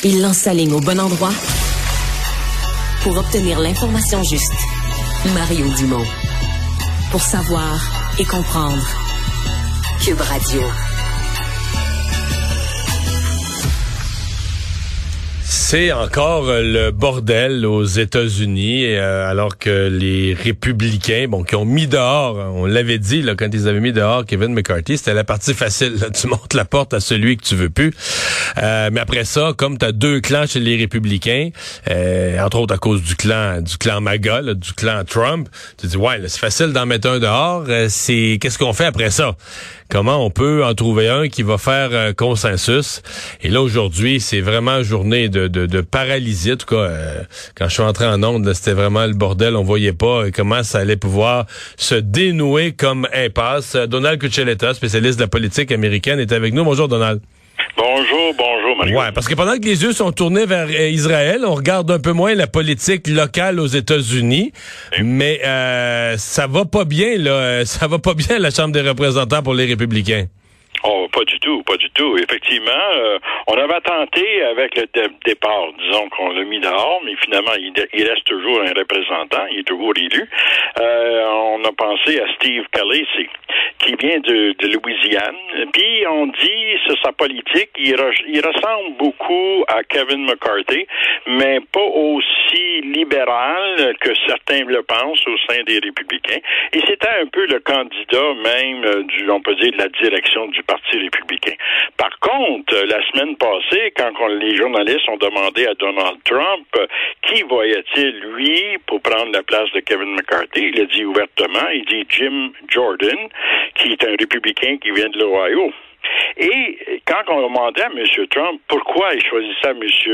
Il lance sa ligne au bon endroit pour obtenir l'information juste. Mario Dumont. Pour savoir et comprendre. Cube Radio. C'est encore le bordel aux États-Unis, alors que les républicains, qui ont mis dehors, on l'avait dit là, quand ils avaient mis dehors Kevin McCarthy, c'était la partie facile. Là, tu montes la porte à celui que tu veux plus. Mais après ça, comme tu as deux clans chez les républicains, entre autres à cause du clan MAGA, là, du clan Trump, tu dis ouais, là, c'est facile d'en mettre un dehors. Qu'est-ce qu'on fait après ça? Comment on peut en trouver un qui va faire consensus? Et là, aujourd'hui, c'est vraiment journée de paralysie. En tout cas, quand je suis entré en onde, là, c'était vraiment le bordel. On voyait pas comment ça allait pouvoir se dénouer comme impasse. Donald Cuccioletta, spécialiste de la politique américaine, est avec nous. Bonjour, Donald. Bonjour, Mario. Ouais, parce que pendant que les yeux sont tournés vers Israël, on regarde un peu moins la politique locale aux États-Unis, mais ça va pas bien, là. Ça va pas bien à la Chambre des représentants pour les républicains. Oh, pas du tout. Effectivement, on avait tenté avec le départ, disons qu'on l'a mis dehors, mais finalement, il reste toujours un représentant, il est toujours élu. On a pensé à Steve Scalise, qui vient de Louisiane, puis on dit, sur sa politique, il ressemble beaucoup à Kevin McCarthy, mais pas aussi libéral que certains le pensent au sein des républicains. Et c'était un peu le candidat même on peut dire, de la direction du Parti républicain. Par contre, la semaine passée, quand les journalistes ont demandé à Donald Trump qui voyait-il, lui, pour prendre la place de Kevin McCarthy, il a dit ouvertement, il dit Jim Jordan, qui est un républicain qui vient de l'Ohio. Et quand on demandait à M. Trump pourquoi il choisissait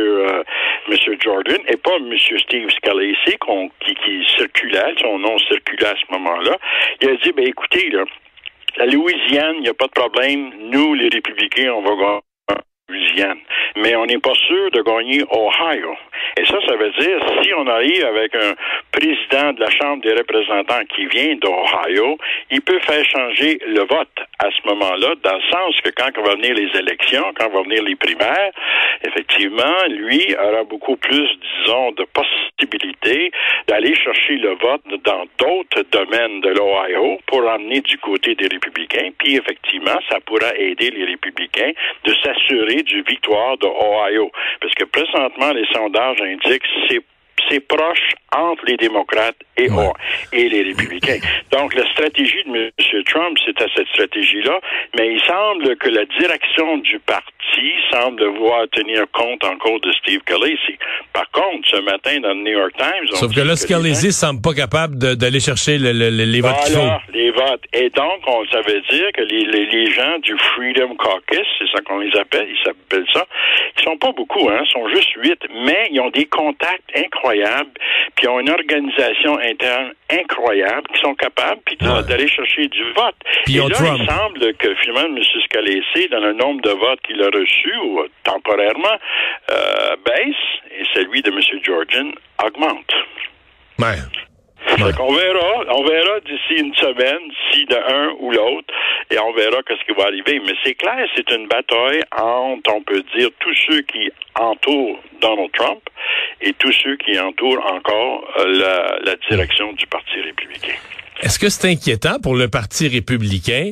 M. Jordan et pas M. Steve Scalise qui circulait, son nom circulait à ce moment-là, il a dit, écoutez, là, la Louisiane, il n'y a pas de problème. Nous, les républicains, on va gagner la Louisiane. Mais on n'est pas sûr de gagner Ohio. Et ça veut dire, si on arrive avec un président de la Chambre des représentants qui vient d'Ohio, il peut faire changer le vote à ce moment-là, dans le sens que quand va venir les élections, quand vont venir les primaires, effectivement, lui aura beaucoup plus, disons, de possibilités d'aller chercher le vote dans d'autres domaines de l'Ohio pour emmener du côté des républicains. Puis, effectivement, ça pourra aider les républicains de s'assurer du victoire d'Ohio. Parce que présentement, les sondages indiquent que c'est proche entre les démocrates et les républicains. Donc, la stratégie de M. Trump, c'était cette stratégie-là, mais il semble que la direction du parti semble devoir tenir compte encore de Steve Scalise. Par contre, ce matin, dans le New York Times... Sauf que là, Scalise ne semble pas capable d'aller chercher les votes qu'il faut. Voilà, les votes. Et donc, ça veut dire que les gens du Freedom Caucus, c'est ça qu'on les appelle, ils s'appellent ça, ils sont pas beaucoup, ils sont juste 8, mais ils ont des contacts incroyables, puis ils ont une organisation interne incroyable, qui sont capables d'aller chercher du vote. Puis et là, Trump. il semble que finalement, M. Scalise, dans le nombre de votes qu'il a reçus, ou temporairement, baisse, et celui de M. Jordan augmente. Ouais. Donc on verra d'ici une semaine si de un ou l'autre, et on verra ce qui va arriver. Mais c'est clair, c'est une bataille entre, on peut dire, tous ceux qui entourent Donald Trump et tous ceux qui entourent encore la direction du Parti républicain. Est-ce que c'est inquiétant pour le Parti républicain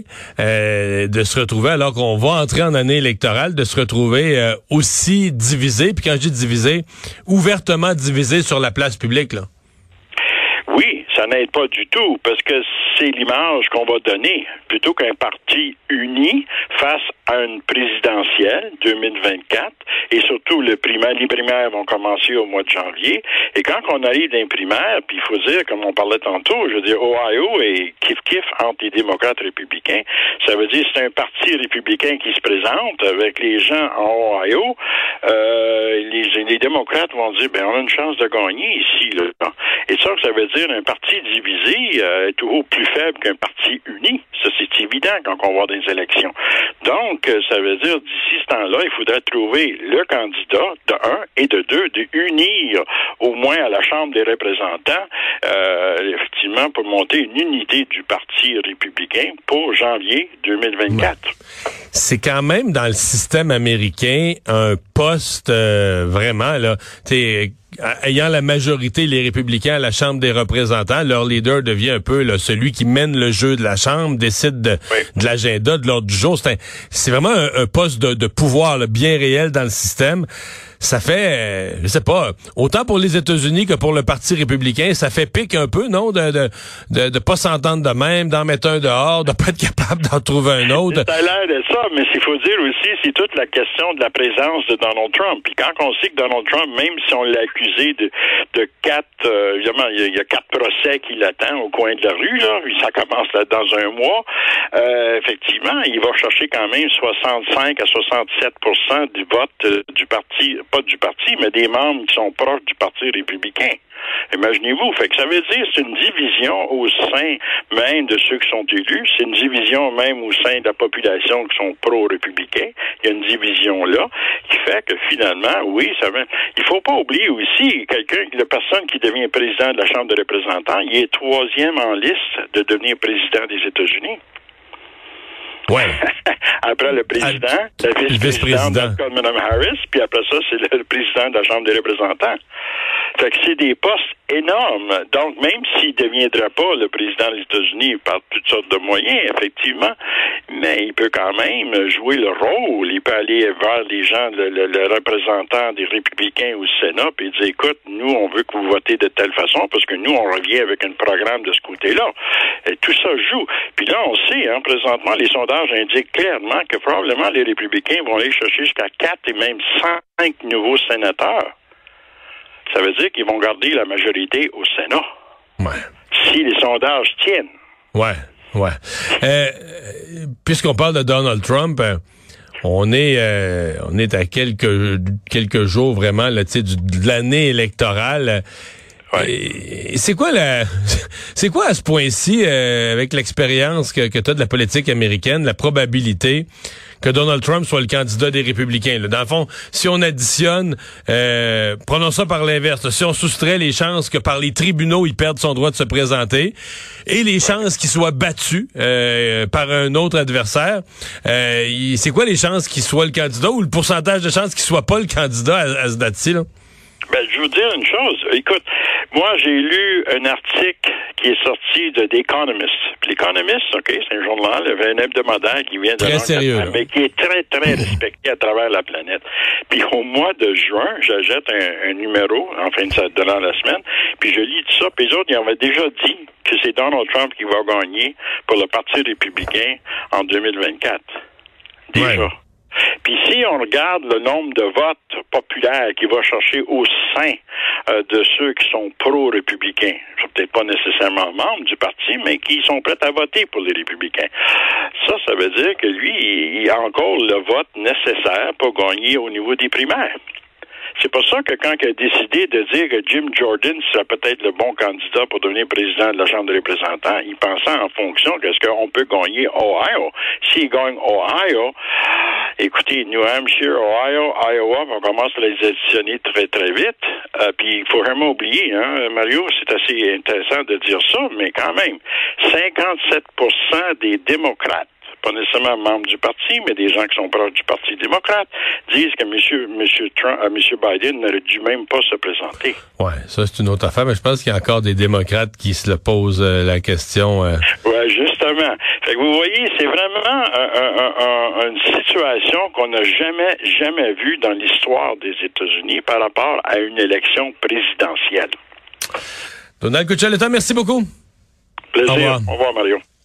de se retrouver, alors qu'on va entrer en année électorale, de se retrouver aussi divisé, puis quand je dis divisé, ouvertement divisé sur la place publique, là? Oui, ça n'aide pas du tout, parce que c'est l'image qu'on va donner. Plutôt qu'un parti uni face à une présidentielle 2024, et surtout les primaires vont commencer au mois de janvier, et quand on arrive dans les primaires, puis il faut dire, comme on parlait tantôt, je veux dire, Ohio est kiff-kiff entre les démocrates républicains, ça veut dire que c'est un parti républicain qui se présente avec les gens en Ohio, les démocrates vont dire, on a une chance de gagner ici, là. Et ça veut dire un parti divisé est toujours plus faible qu'un parti uni. Ça, c'est évident quand on va dans les élections. Donc, ça veut dire, d'ici ce temps-là, il faudrait trouver le candidat, de un, et de deux, de unir, au moins à la Chambre des représentants, effectivement, pour monter une unité du Parti républicain pour janvier 2024. C'est quand même, dans le système américain, un poste vraiment là, ayant la majorité, les républicains à la Chambre des représentants, leur leader devient un peu là, celui qui mène le jeu de la Chambre, décide de l'agenda, de l'ordre du jour. C'est vraiment un poste de pouvoir là, bien réel dans le système. Ça fait, je sais pas, autant pour les États-Unis que pour le Parti républicain, ça fait pique un peu, non, de pas s'entendre de même, d'en mettre un dehors, de pas être capable d'en trouver un autre. Ça a l'air de ça, mais s'il faut dire aussi, c'est toute la question de la présence de Donald Trump. Puis quand on sait que Donald Trump, même si on l'a accusé de 4, évidemment, il y a 4 procès qui l'attendent au coin de la rue, là, ça commence là dans un mois, effectivement, il va chercher quand même 65 à 67% du vote du parti, pas du parti, mais des membres qui sont proches du Parti républicain. Imaginez-vous, fait que ça veut dire que c'est une division au sein même de ceux qui sont élus, c'est une division même au sein de la population qui sont pro-républicains. Il y a une division là qui fait que finalement, oui, il faut pas oublier aussi la personne qui devient président de la Chambre des représentants, il est 3e en liste de devenir président des États-Unis. Ouais. Après le président, le vice-président, Mme Harris, puis après ça, c'est le président de la Chambre des représentants. Fait que c'est des postes énormes. Donc, même s'il ne deviendra pas le président des États-Unis par toutes sortes de moyens, effectivement, mais il peut quand même jouer le rôle. Il peut aller vers les gens, le représentant des républicains au Sénat, puis dire, écoute, nous, on veut que vous votez de telle façon, parce que nous, on revient avec un programme de ce côté-là. Et tout ça joue. Puis là, on sait, hein, présentement, les sondages indiquent clairement que probablement les républicains vont aller chercher jusqu'à 4 et même 5 nouveaux sénateurs. Ça veut dire qu'ils vont garder la majorité au Sénat. Ouais. Si les sondages tiennent. Ouais. Puisqu'on parle de Donald Trump, on est à quelques jours vraiment là, de l'année électorale. Ouais. Et c'est quoi à ce point-ci, avec l'expérience que tu as de la politique américaine, la probabilité que Donald Trump soit le candidat des républicains? Là. Dans le fond, si on additionne, prenons ça par l'inverse, si on soustrait les chances que par les tribunaux, il perde son droit de se présenter et les chances qu'il soit battu par un autre adversaire, c'est quoi les chances qu'il soit le candidat ou le pourcentage de chances qu'il soit pas le candidat à ce date-ci, là? Ben, je veux dire une chose. Écoute, moi, j'ai lu un article qui est sorti de The Economist. L'Economist, OK, c'est un journal, un hebdomadaire qui vient de très sérieux, mais qui est très, très respecté à travers la planète. Puis au mois de juin, j'achète un numéro, durant la semaine, puis je lis tout ça, puis les autres, ils avaient déjà dit que c'est Donald Trump qui va gagner pour le Parti républicain en 2024. Déjà. Ouais. Puis si on regarde le nombre de votes populaires qu'il va chercher au sein de ceux qui sont pro-républicains, peut-être pas nécessairement membres du parti, mais qui sont prêts à voter pour les républicains. Ça veut dire que lui, il a encore le vote nécessaire pour gagner au niveau des primaires. C'est pour ça que quand il a décidé de dire que Jim Jordan serait peut-être le bon candidat pour devenir président de la Chambre des représentants, il pensait en fonction qu'est-ce qu'on peut gagner Ohio. S'il gagne Ohio, écoutez, New Hampshire, Ohio, Iowa, on commence à les additionner très, très vite. Puis il faut vraiment oublier, hein, Mario, c'est assez intéressant de dire ça, mais quand même, 57% des démocrates, pas nécessairement membres du parti, mais des gens qui sont proches du Parti démocrate, disent que M. Biden n'aurait dû même pas se présenter. Ouais, ça c'est une autre affaire, mais je pense qu'il y a encore des démocrates qui se le posent la question. Ouais, justement. Fait que vous voyez, c'est vraiment une situation qu'on n'a jamais vue dans l'histoire des États-Unis par rapport à une élection présidentielle. Donald Cuccioletta, merci beaucoup. Plaisir. Au revoir, Mario.